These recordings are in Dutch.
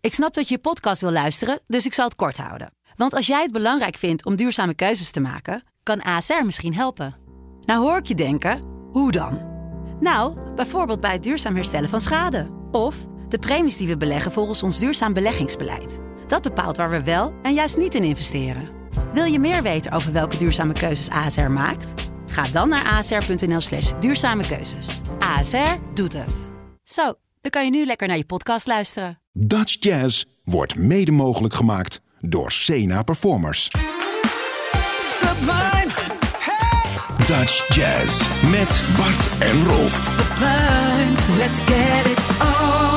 Ik snap dat je podcast wil luisteren, dus ik zal het kort houden. Want als jij het belangrijk vindt om duurzame keuzes te maken, kan ASR misschien helpen. Nou hoor ik je denken, hoe dan? Nou, bijvoorbeeld bij het duurzaam herstellen van schade. Of de premies die we beleggen volgens ons duurzaam beleggingsbeleid. Dat bepaalt waar we wel en juist niet in investeren. Wil je meer weten over welke duurzame keuzes ASR maakt? Ga dan naar asr.nl/duurzame keuzes. ASR doet het. Zo, dan kan je nu lekker naar je podcast luisteren. Dutch Jazz wordt mede mogelijk gemaakt door Sena Performers. Sublime, hey! Dutch Jazz met Bart en Rolf. Sublime, let's get it on.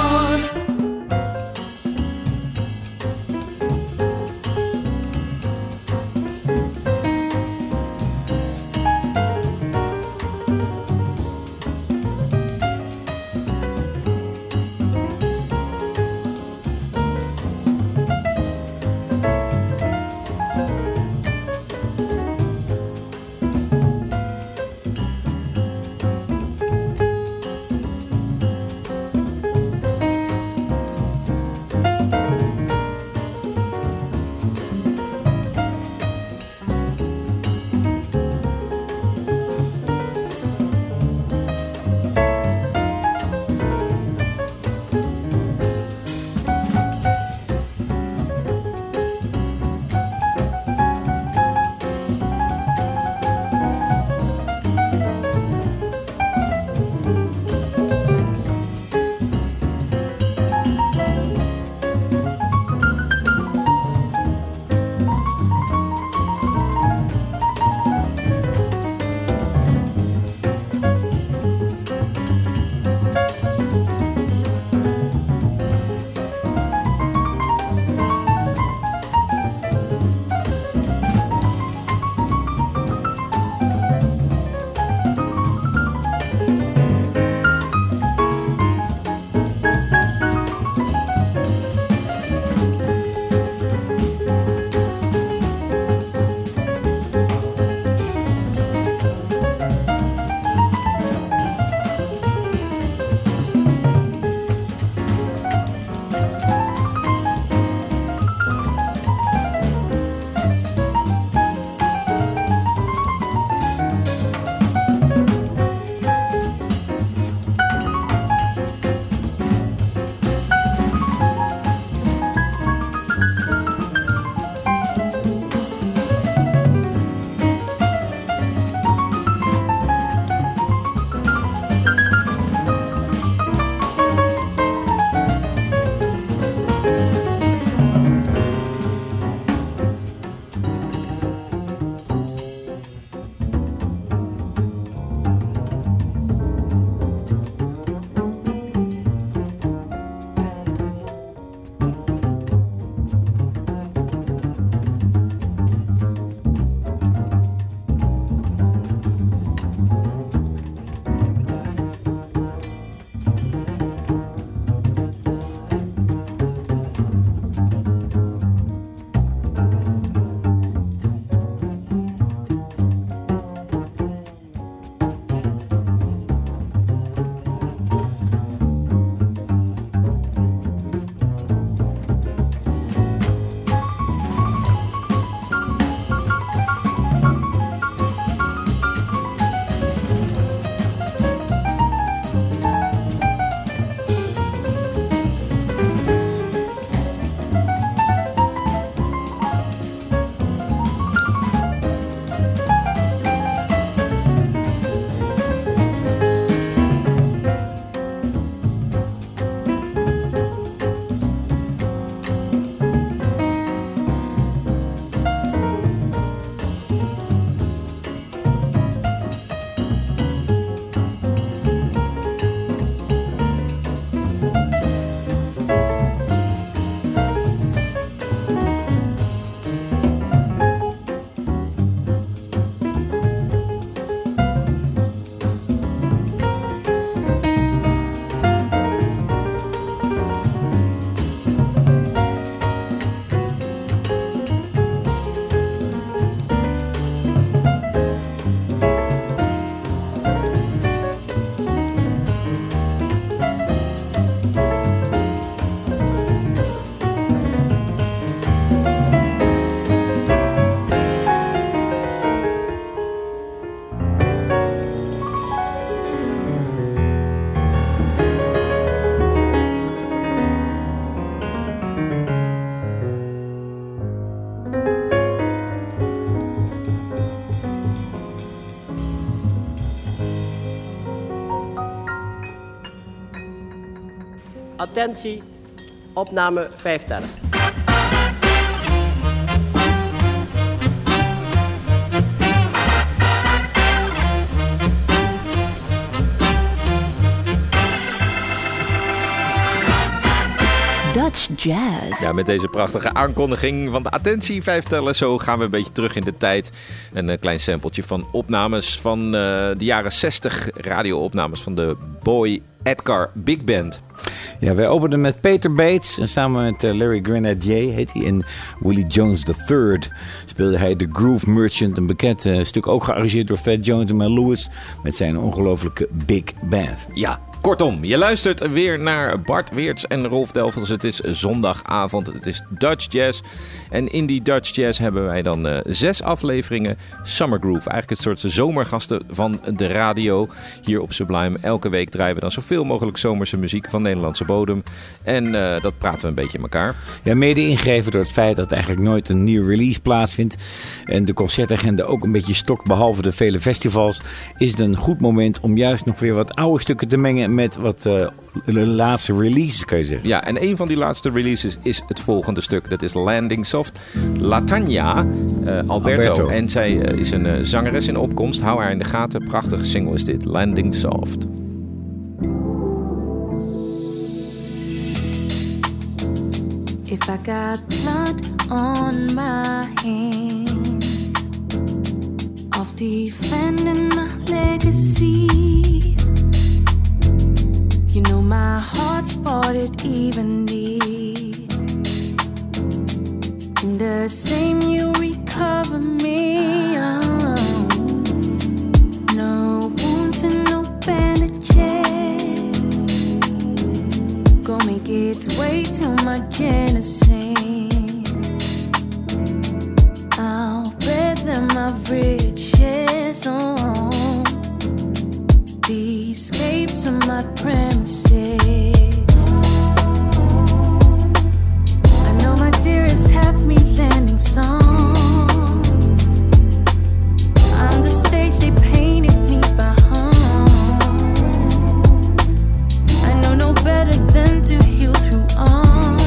Attentie, opname 5 tellen. Dutch Jazz. Ja, met deze prachtige aankondiging van de attentie 5 tellen. Zo gaan we een beetje terug in de tijd. Een klein sampletje van opnames van de jaren 60. Radio-opnames van de Boy Edgar Big Band. Ja, wij openden met Peter Bates. En samen met Larry Grenadier heet hij. En Willie Jones III speelde hij The Groove Merchant. Een bekend stuk ook gearrangeerd door Fat Jones en Mel Lewis. Met zijn ongelooflijke Big Band. Ja. Kortom, je luistert weer naar Bart Weerts en Rolf Delfels. Het is zondagavond, het is Dutch Jazz. En in die Dutch Jazz hebben wij dan 6 afleveringen Summer Groove. Eigenlijk het soort zomergasten van de radio hier op Sublime. Elke week draaien we dan zoveel mogelijk zomerse muziek van Nederlandse bodem. En dat praten we een beetje in elkaar. Ja, mede ingegeven door het feit dat eigenlijk nooit een nieuwe release plaatsvindt. En de concertagenda ook een beetje stokt, behalve de vele festivals. Is het een goed moment om juist nog weer wat oude stukken te mengen met wat de laatste releases, kan je zeggen. Ja, en een van die laatste releases is het volgende stuk. Dat is Landing Soft. Latanya Alberto. En zij is een zangeres in opkomst. Hou haar in de gaten. Prachtige single is dit. Landing Soft. If I got blood on my hands of defending my legacy, you know my heart's parted evenly. In the same you recover me. Oh. No wounds and no bandages. Go make its way to my genesis. I'll bet them my riches. Oh. The escape to my premises. I know my dearest have me landing soft. I'm the stage they painted me behind. I know no better than to heal through art.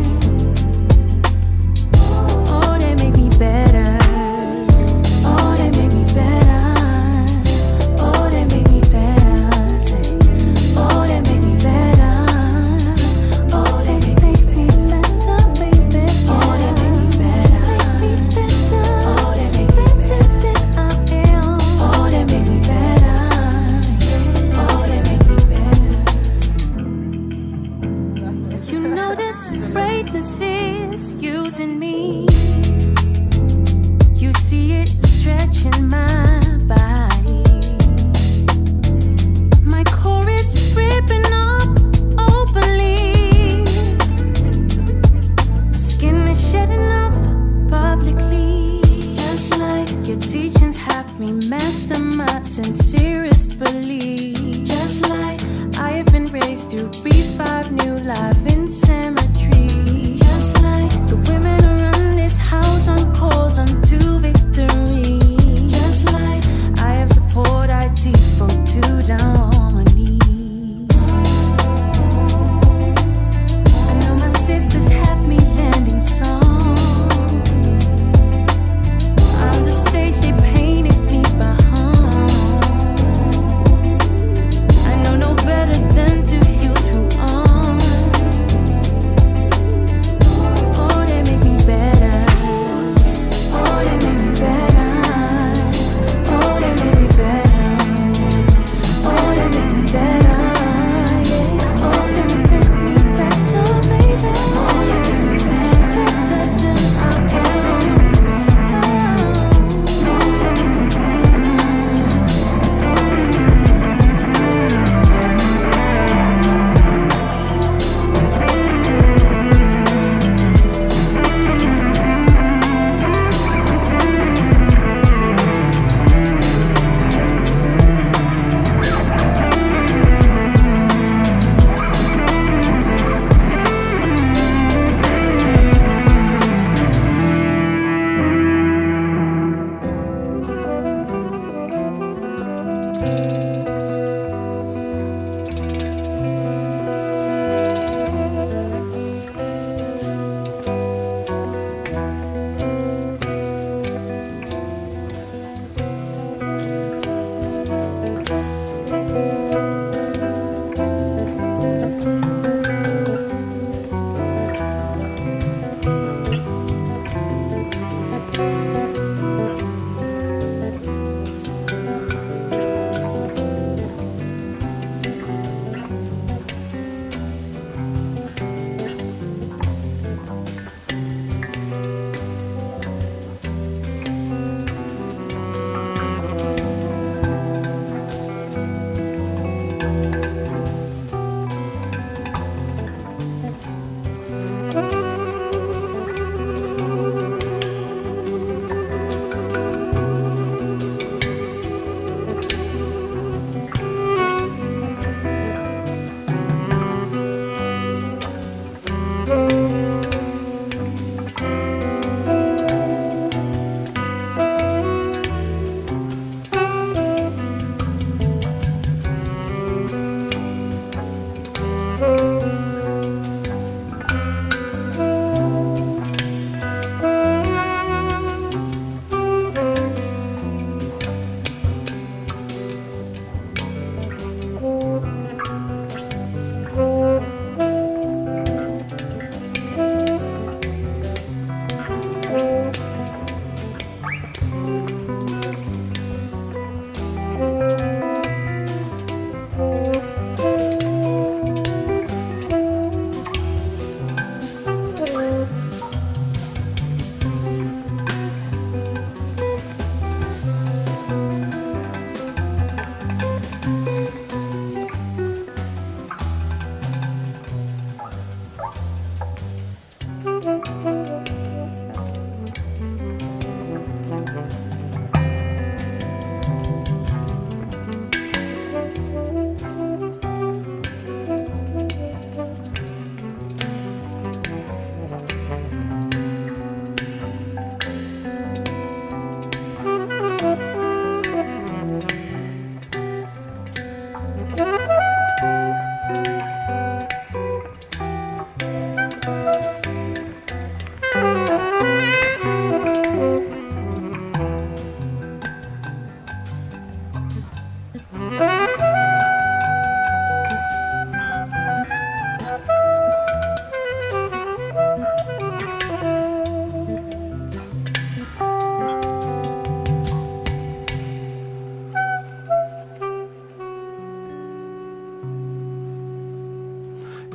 Oh, they make me better. Oh, they make me better. Oh, they make me better. Say, oh, they make me better. Oh, they make me better, baby. Oh, they make me better. Make me better. Oh, they make me better than I am. Oh, they make me better. Oh, they make me better. You know this greatness is using me. You see it stretching my body. My core is ripping up openly. My skin is shedding off publicly. Just like your teachings have me master my sincerest belief. Just like I have been raised to revive new life in symmetry. Just like the women around this house on calls unto victory. Just like I have support, I default to down on my knees. I know my sisters have me landing soft. I'm the stage they painted me behind. I know no better than to heal through art.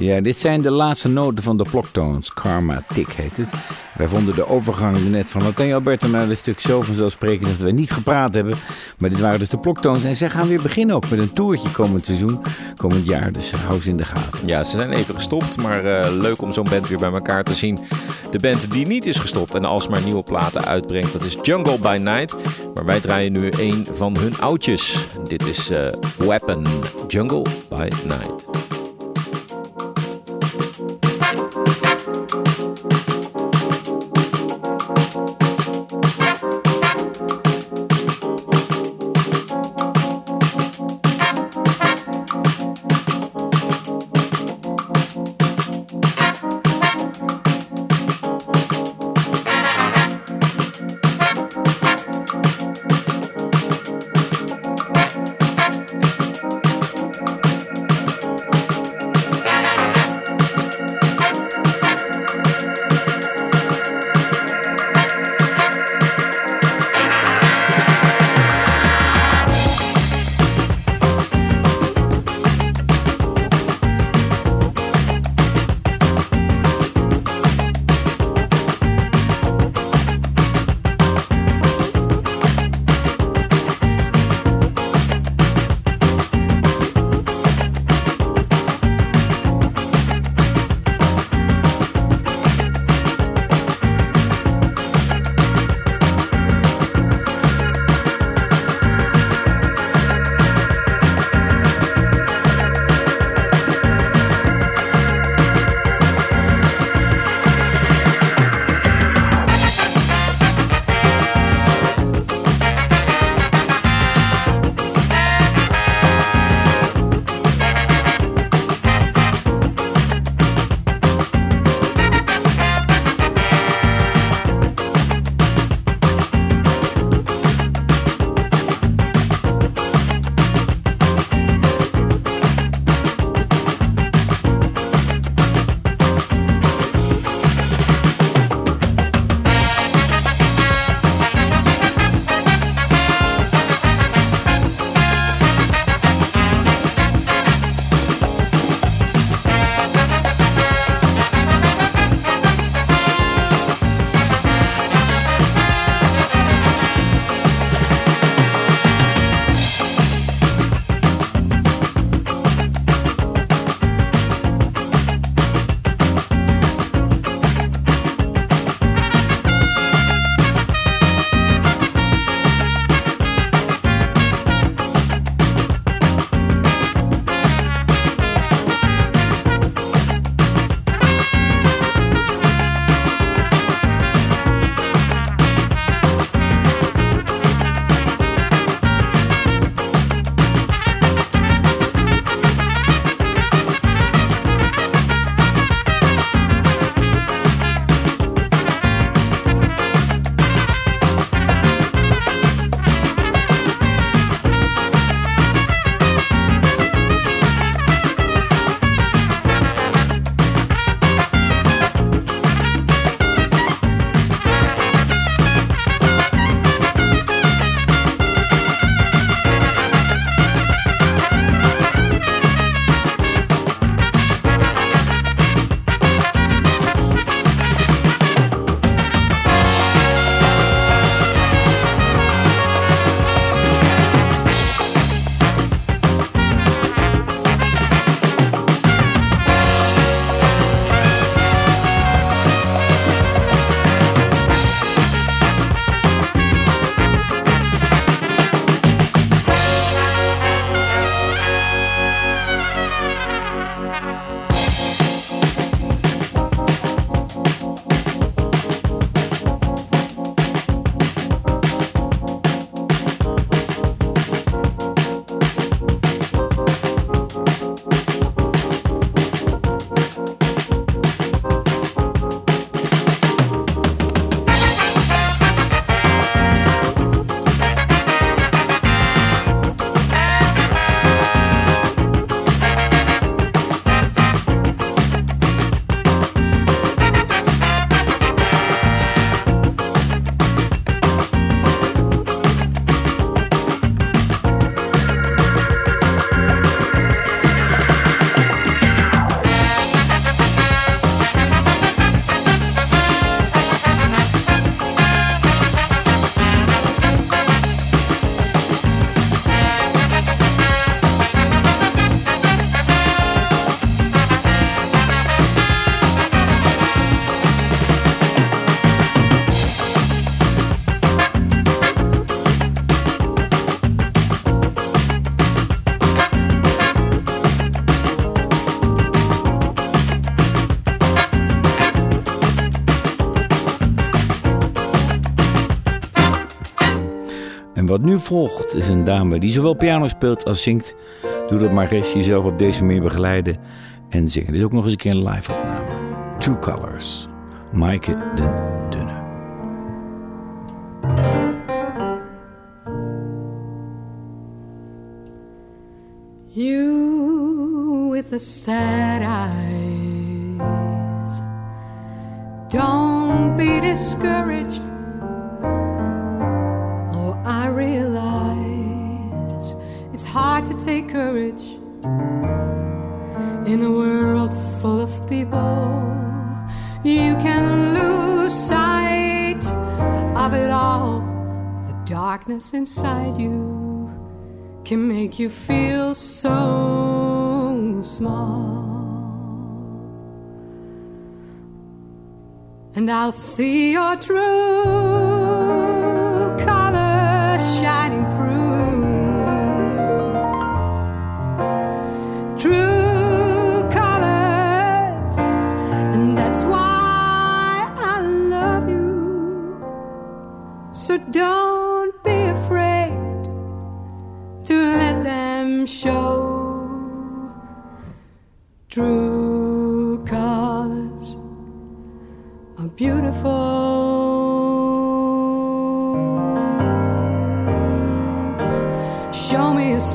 Ja, dit zijn de laatste noten van de Ploktones. Karma Tick heet het. Wij vonden de overgang net van Latijn Alberto naar dit stuk zo vanzelfsprekend dat we niet gepraat hebben. Maar dit waren dus de Ploktones. En zij gaan weer beginnen ook met een toertje komend seizoen. Komend jaar, dus hou ze in de gaten. Ja, ze zijn even gestopt, maar leuk om zo'n band weer bij elkaar te zien. De band die niet is gestopt en alsmaar nieuwe platen uitbrengt, dat is Jungle by Night. Maar wij draaien nu een van hun oudjes. Dit is Weapon, Jungle by Night. En wat nu volgt is een dame die zowel piano speelt als zingt. Doe dat maar eens, jezelf op deze manier begeleiden en zingen. Dit is ook nog eens een keer een live opname. True Colors, Maaike den Dunne. You with the sad eyes, don't be discouraged. Oh, I realize it's hard to take courage in a world full of people. You can lose sight of it all. The darkness inside you can make you feel so small. And I'll see your true colors shining through. True colors, and that's why I love you. So don't be afraid to let them show. True colors are beautiful. Show me a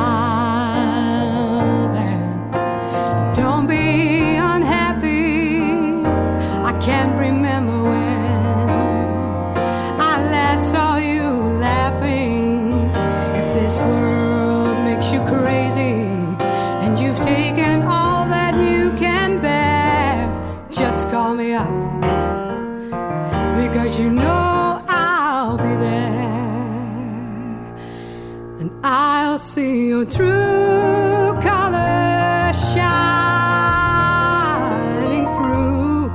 smile then. Don't be unhappy. I can't remember when I last saw you laughing. If this world makes you crazy and you've taken all that you can bear, just call me up, because you know I'll be there, and I'll see your true colors shining through.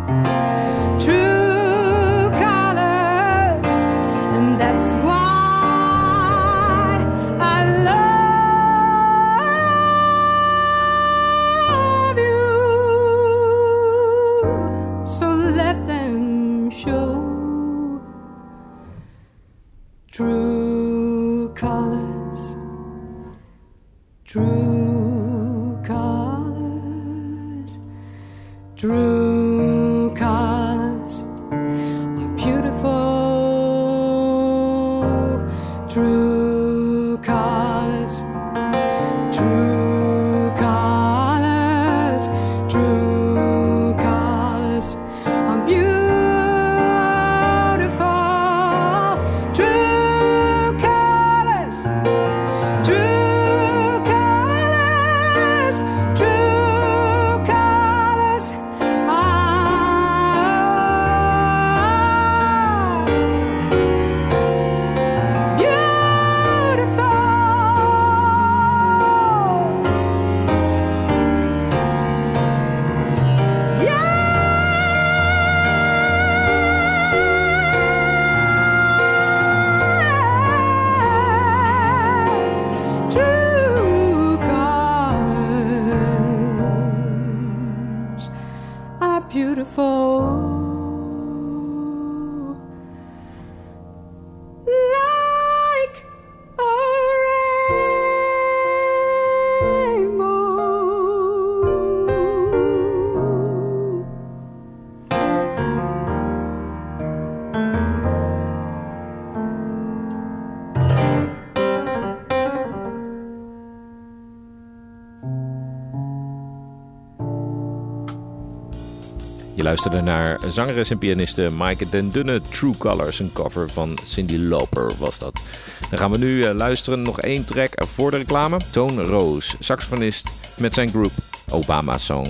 True colors, and that's why true colors, true colors, true colors are beautiful. True colors, true colors, true colors are beautiful. Je luisterde naar zangeres en pianiste Maaike den Dunne, True Colors, een cover van Cyndi Lauper was dat. Dan gaan we nu luisteren, nog 1 track voor de reclame. Tone Rose, saxofonist met zijn groep Obama Song.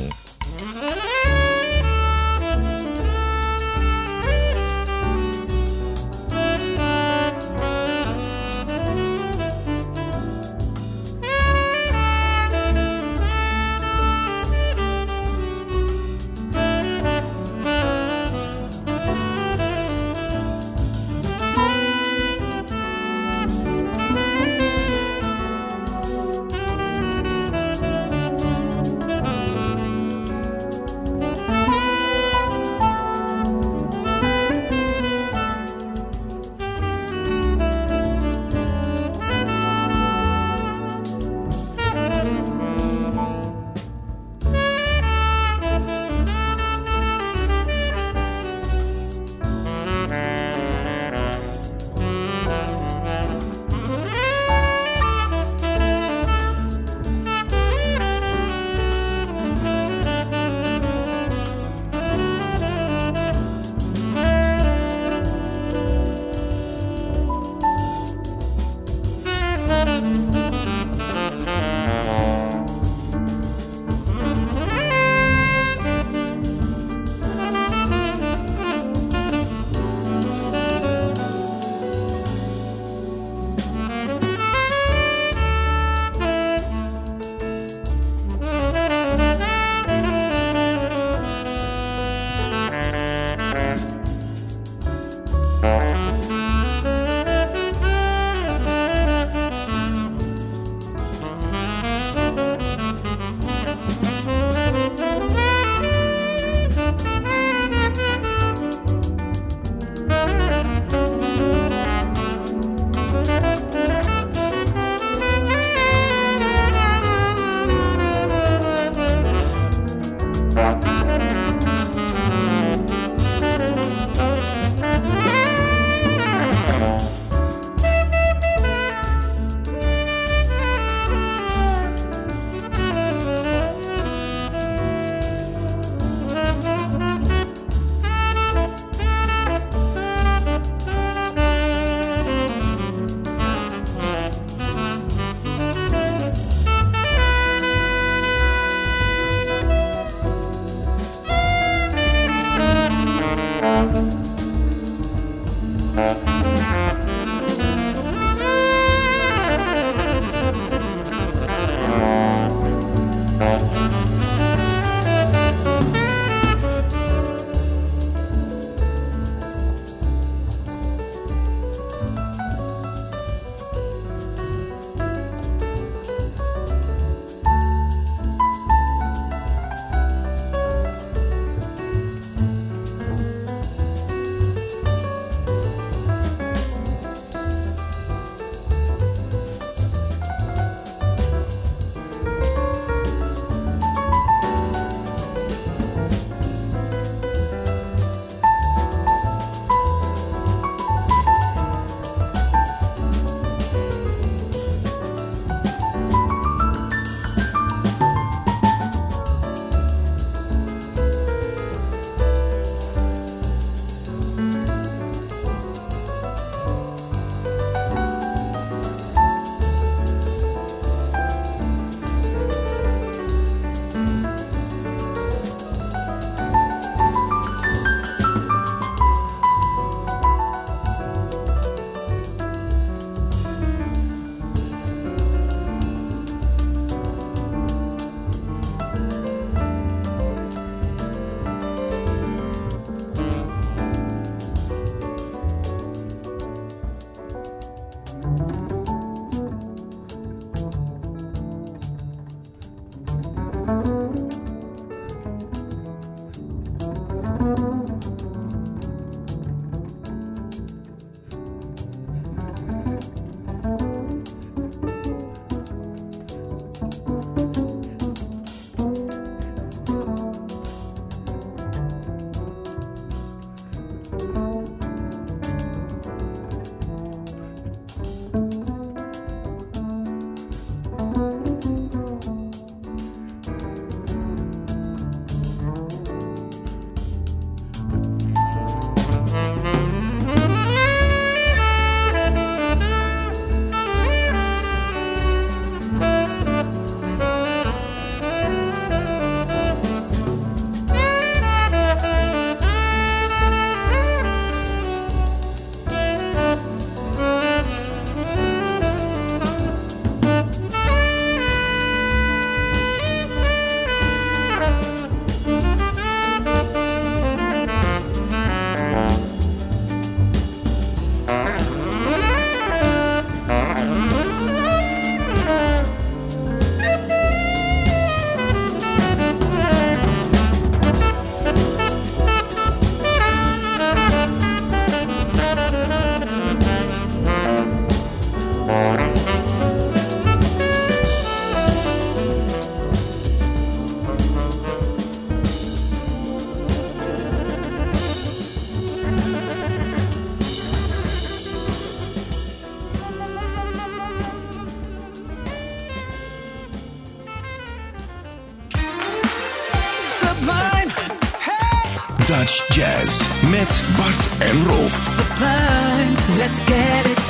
Dutch Jazz met Bart en Rolf. Sublime, let's get it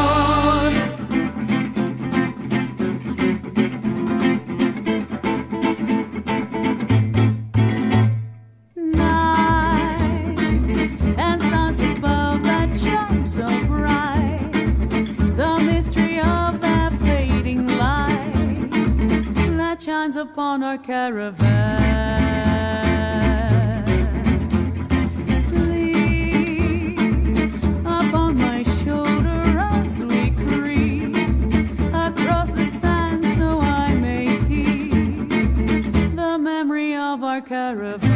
on. Night and stars above that shone so bright. The mystery of that fading light that shines upon our caravan. Caravan.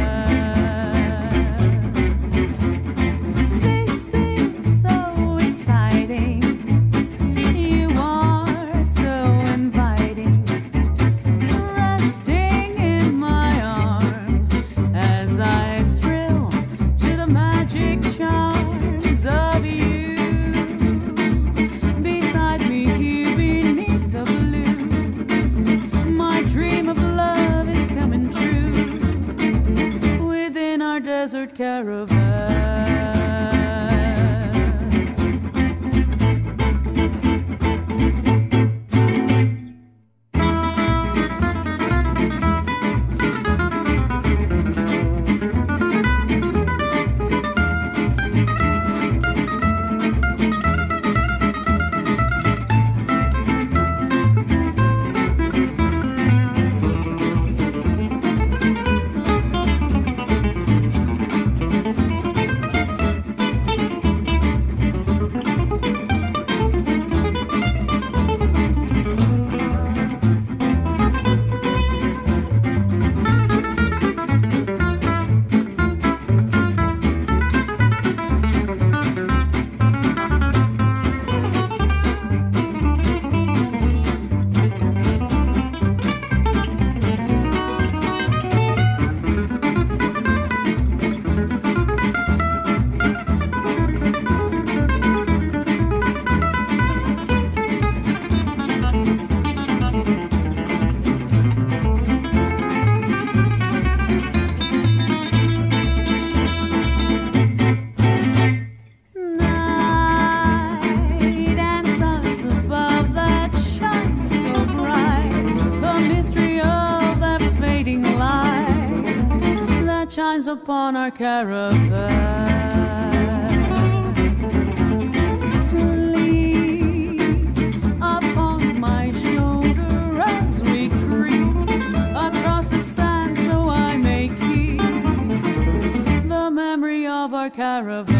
This is so exciting. You are so inviting. Resting in my arms as I thrill to the magic charms of you. Beside me here beneath the blue, my dream of love is coming true. Our desert caravan. upon our caravan. Of our caravan.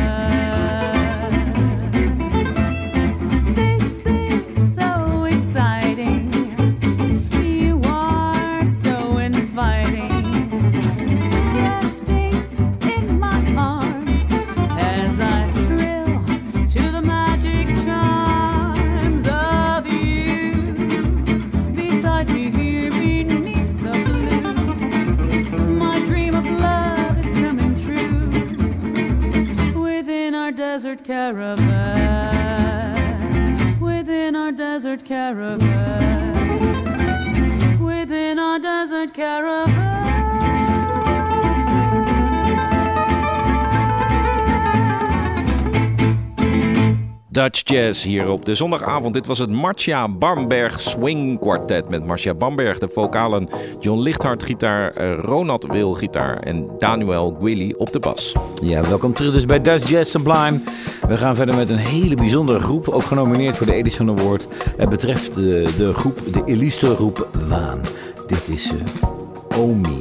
This is so exciting. You are so inviting. Resting in my arms as I thrill to the magic chimes of you. Beside me here beneath the blue, my dream of love is coming true. Within our desert caravan, within our desert caravan, within our desert caravan. Dutch Jazz hier op de zondagavond. Dit was het Marcia Bamberg Swing Quartet met Marcia Bamberg, de vocalen, John Lichthart gitaar, Ronald Wil gitaar en Daniel Gwilly op de bas. Ja, welkom terug dus bij Dutch Jazz Sublime. We gaan verder met een hele bijzondere groep, ook genomineerd voor de Edison Award. Het betreft de groep, de illustre groep Waan. Dit is Omi.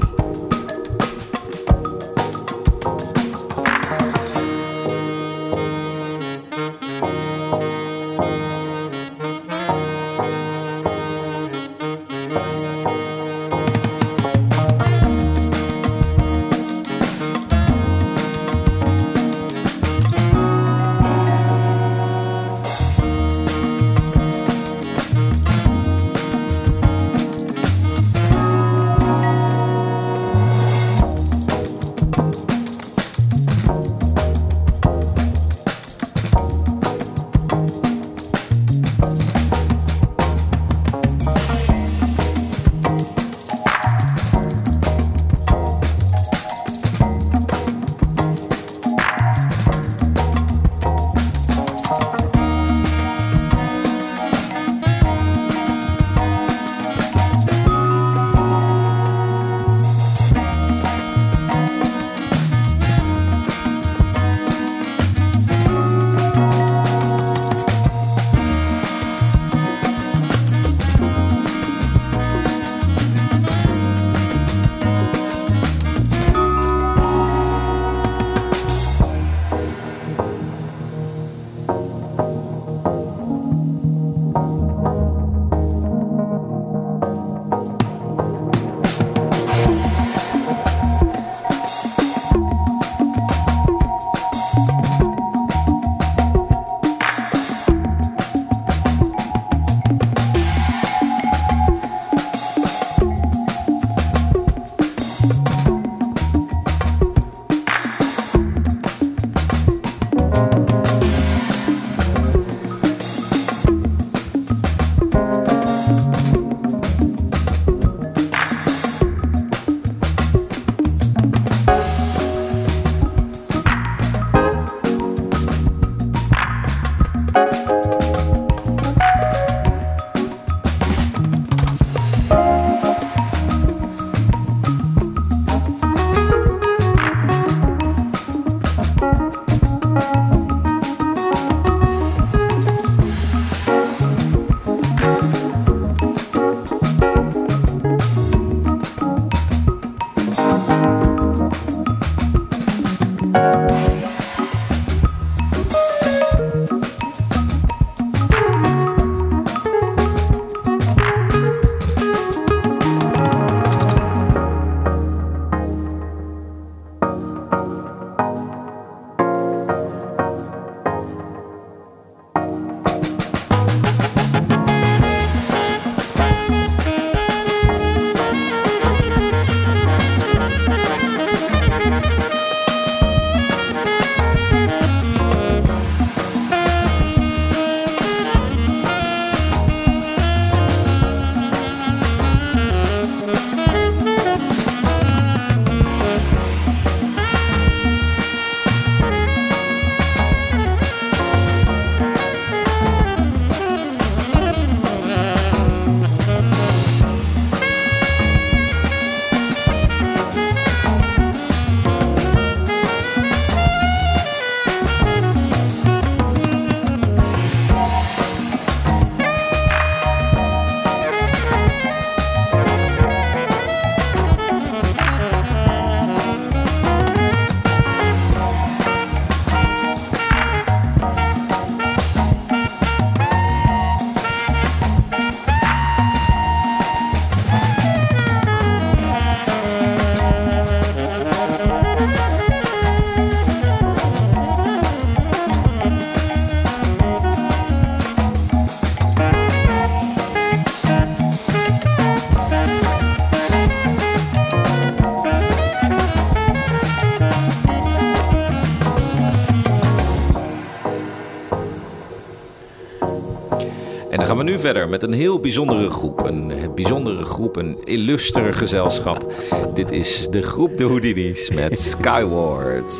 gaan we nu verder met een heel bijzondere groep. Een illustere gezelschap. Dit is de groep de Houdini's met Skyward.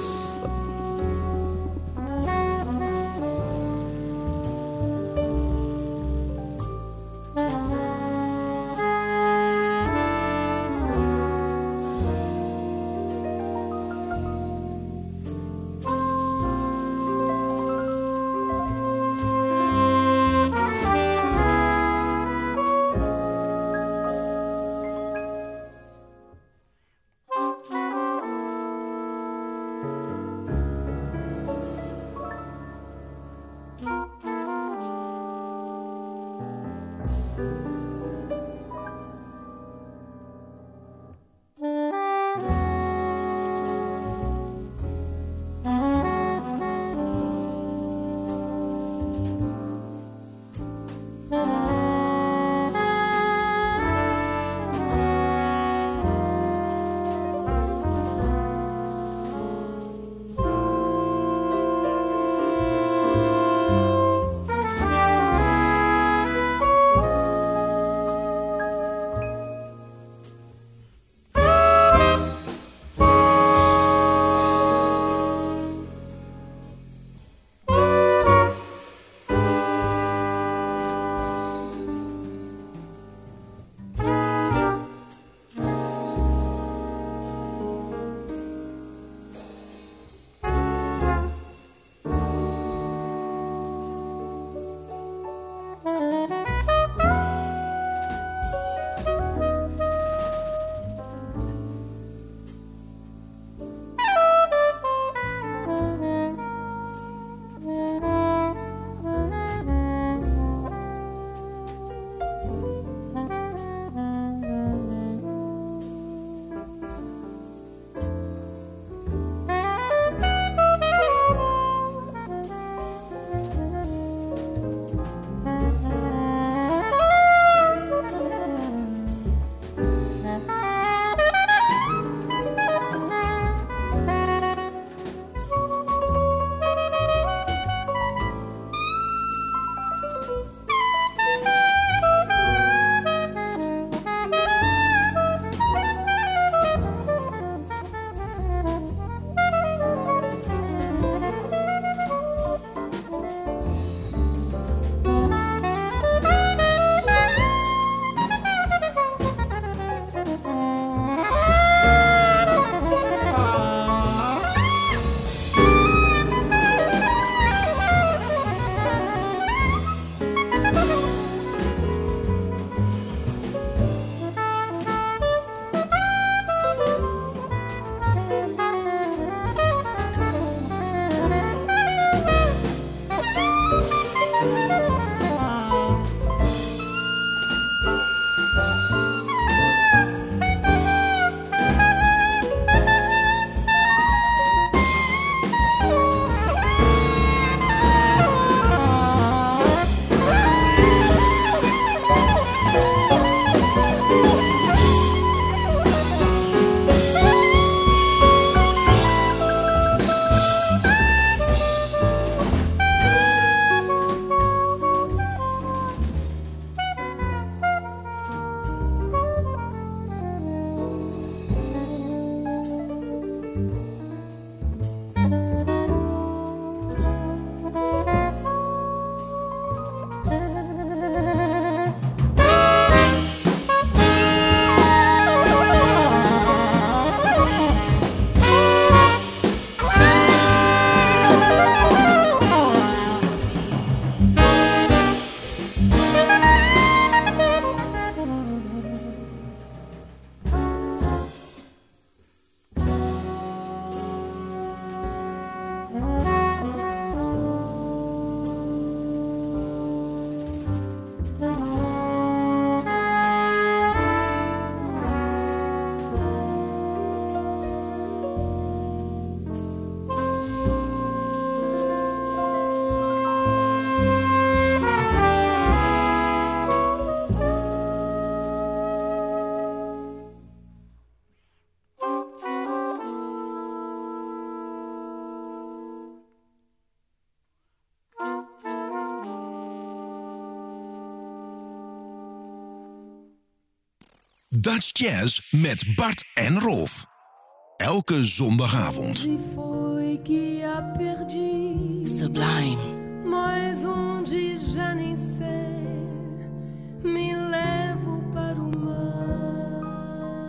Dutch Jazz met Bart en Rolf. Elke zondagavond. Foi que a perdi. Sublime. Mas onde já nem sei, me levo para o mar.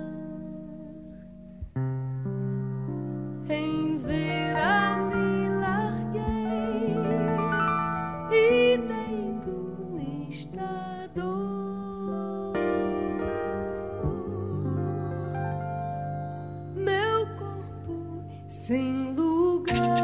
Em Vera me larguei e deito nesta dor. Meu corpo sem lugar.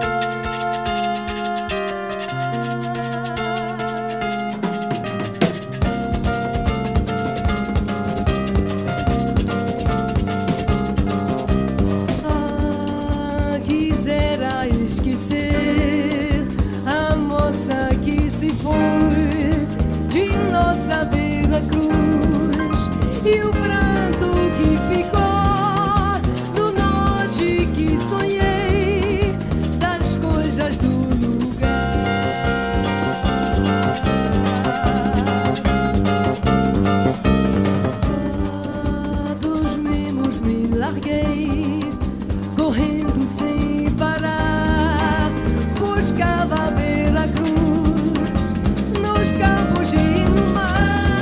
E o pranto que ficou do noite que sonhei das coisas do lugar. Dos mimos me larguei, correndo sem parar, buscava a Veracruz nos campos e no mar.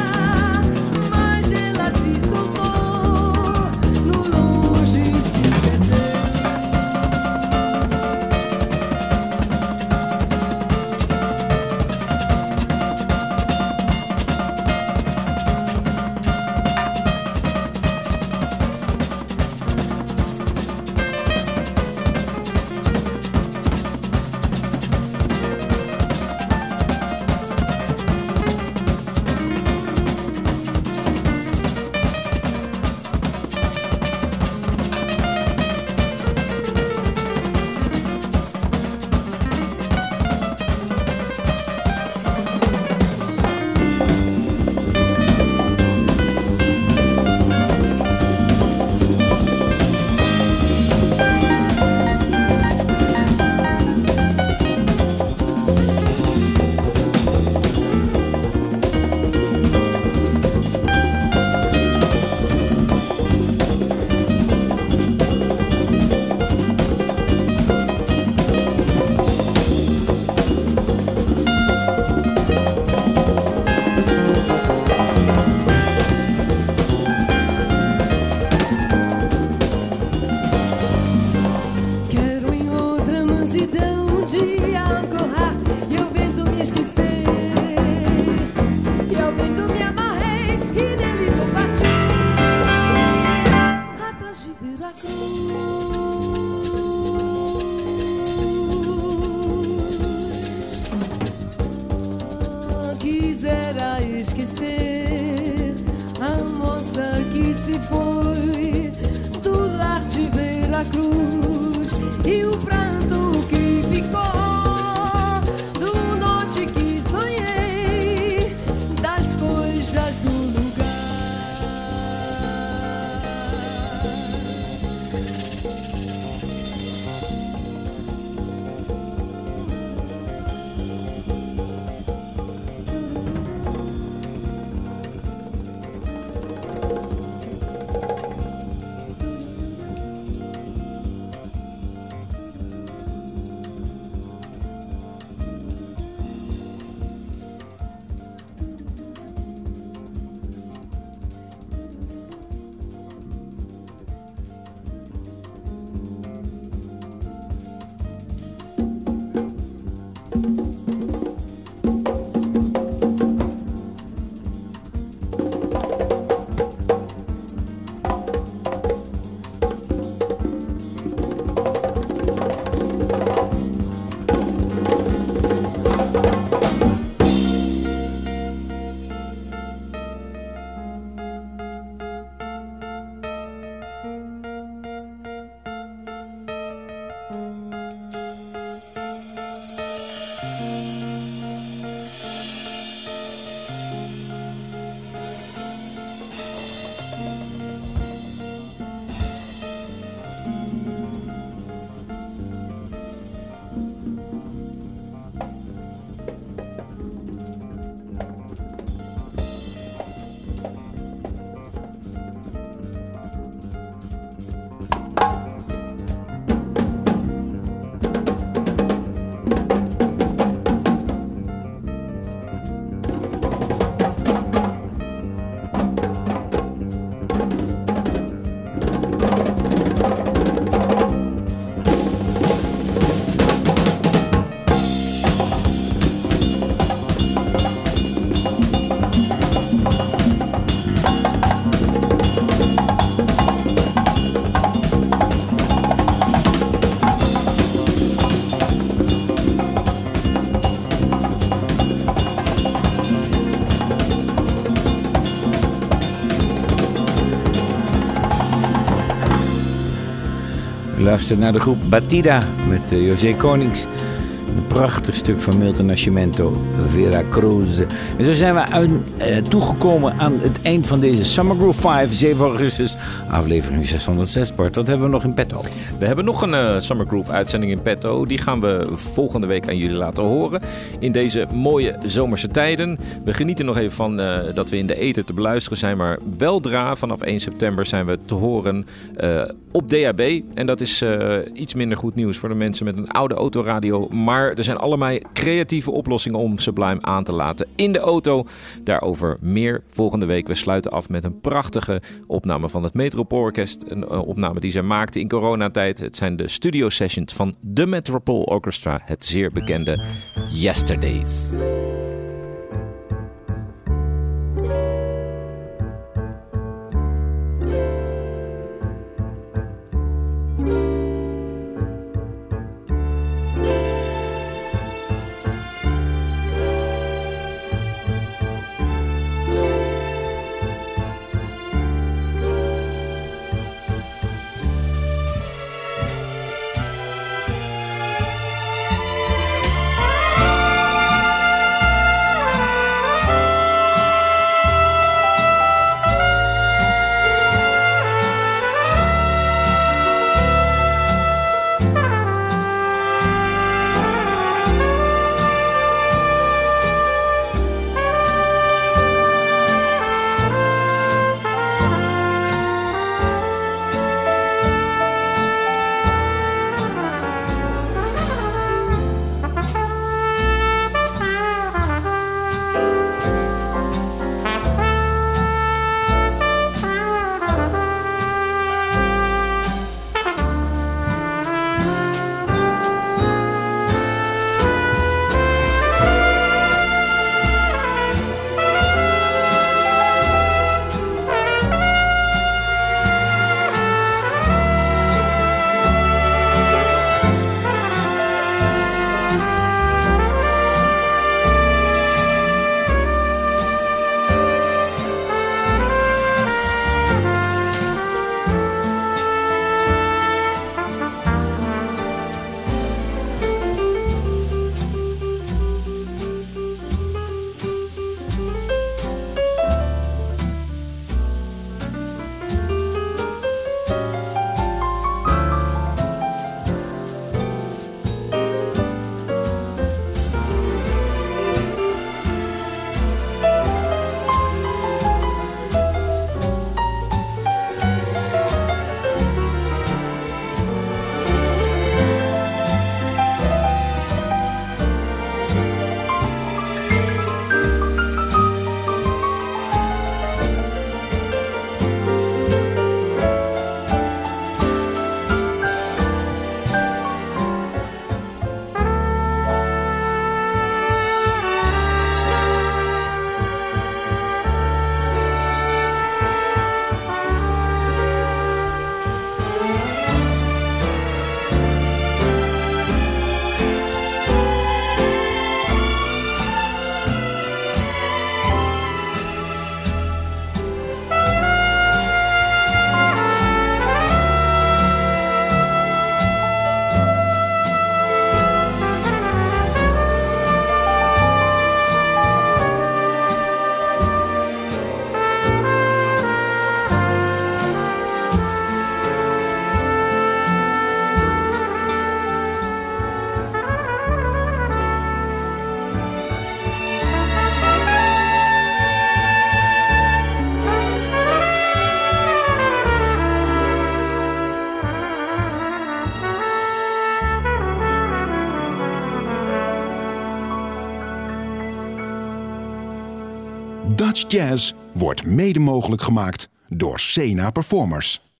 Quisera esquecer a moça que se foi do lar de Veracruz e o pranto que ficou do noite que sonhei das coisas do lugar. luistert naar de groep Batida met José Konings. Een prachtig stuk van Milton Nascimento, Veracruz. En zo zijn we toegekomen aan het eind van deze Summer Groove 5, 7 augustus, aflevering 606. Bart, wat hebben we nog in petto? We hebben nog een Summer Groove uitzending in petto. Die gaan we volgende week aan jullie laten horen. In deze mooie zomerse tijden. We genieten nog even van dat we in de ether te beluisteren zijn. Maar weldra, vanaf 1 september zijn we te horen op DAB. En dat is iets minder goed nieuws voor de mensen met een oude autoradio. Maar er zijn allemaal creatieve oplossingen om Sublime aan te laten in de auto. Daarover meer volgende week. We sluiten af met een prachtige opname van het Metropoolorkest. Een opname die zij maakten in coronatijd. Het zijn de studio sessions van de Metropole Orchestra. Het zeer bekende Yesterdays. Dutch Jazz wordt mede mogelijk gemaakt door Sena Performers.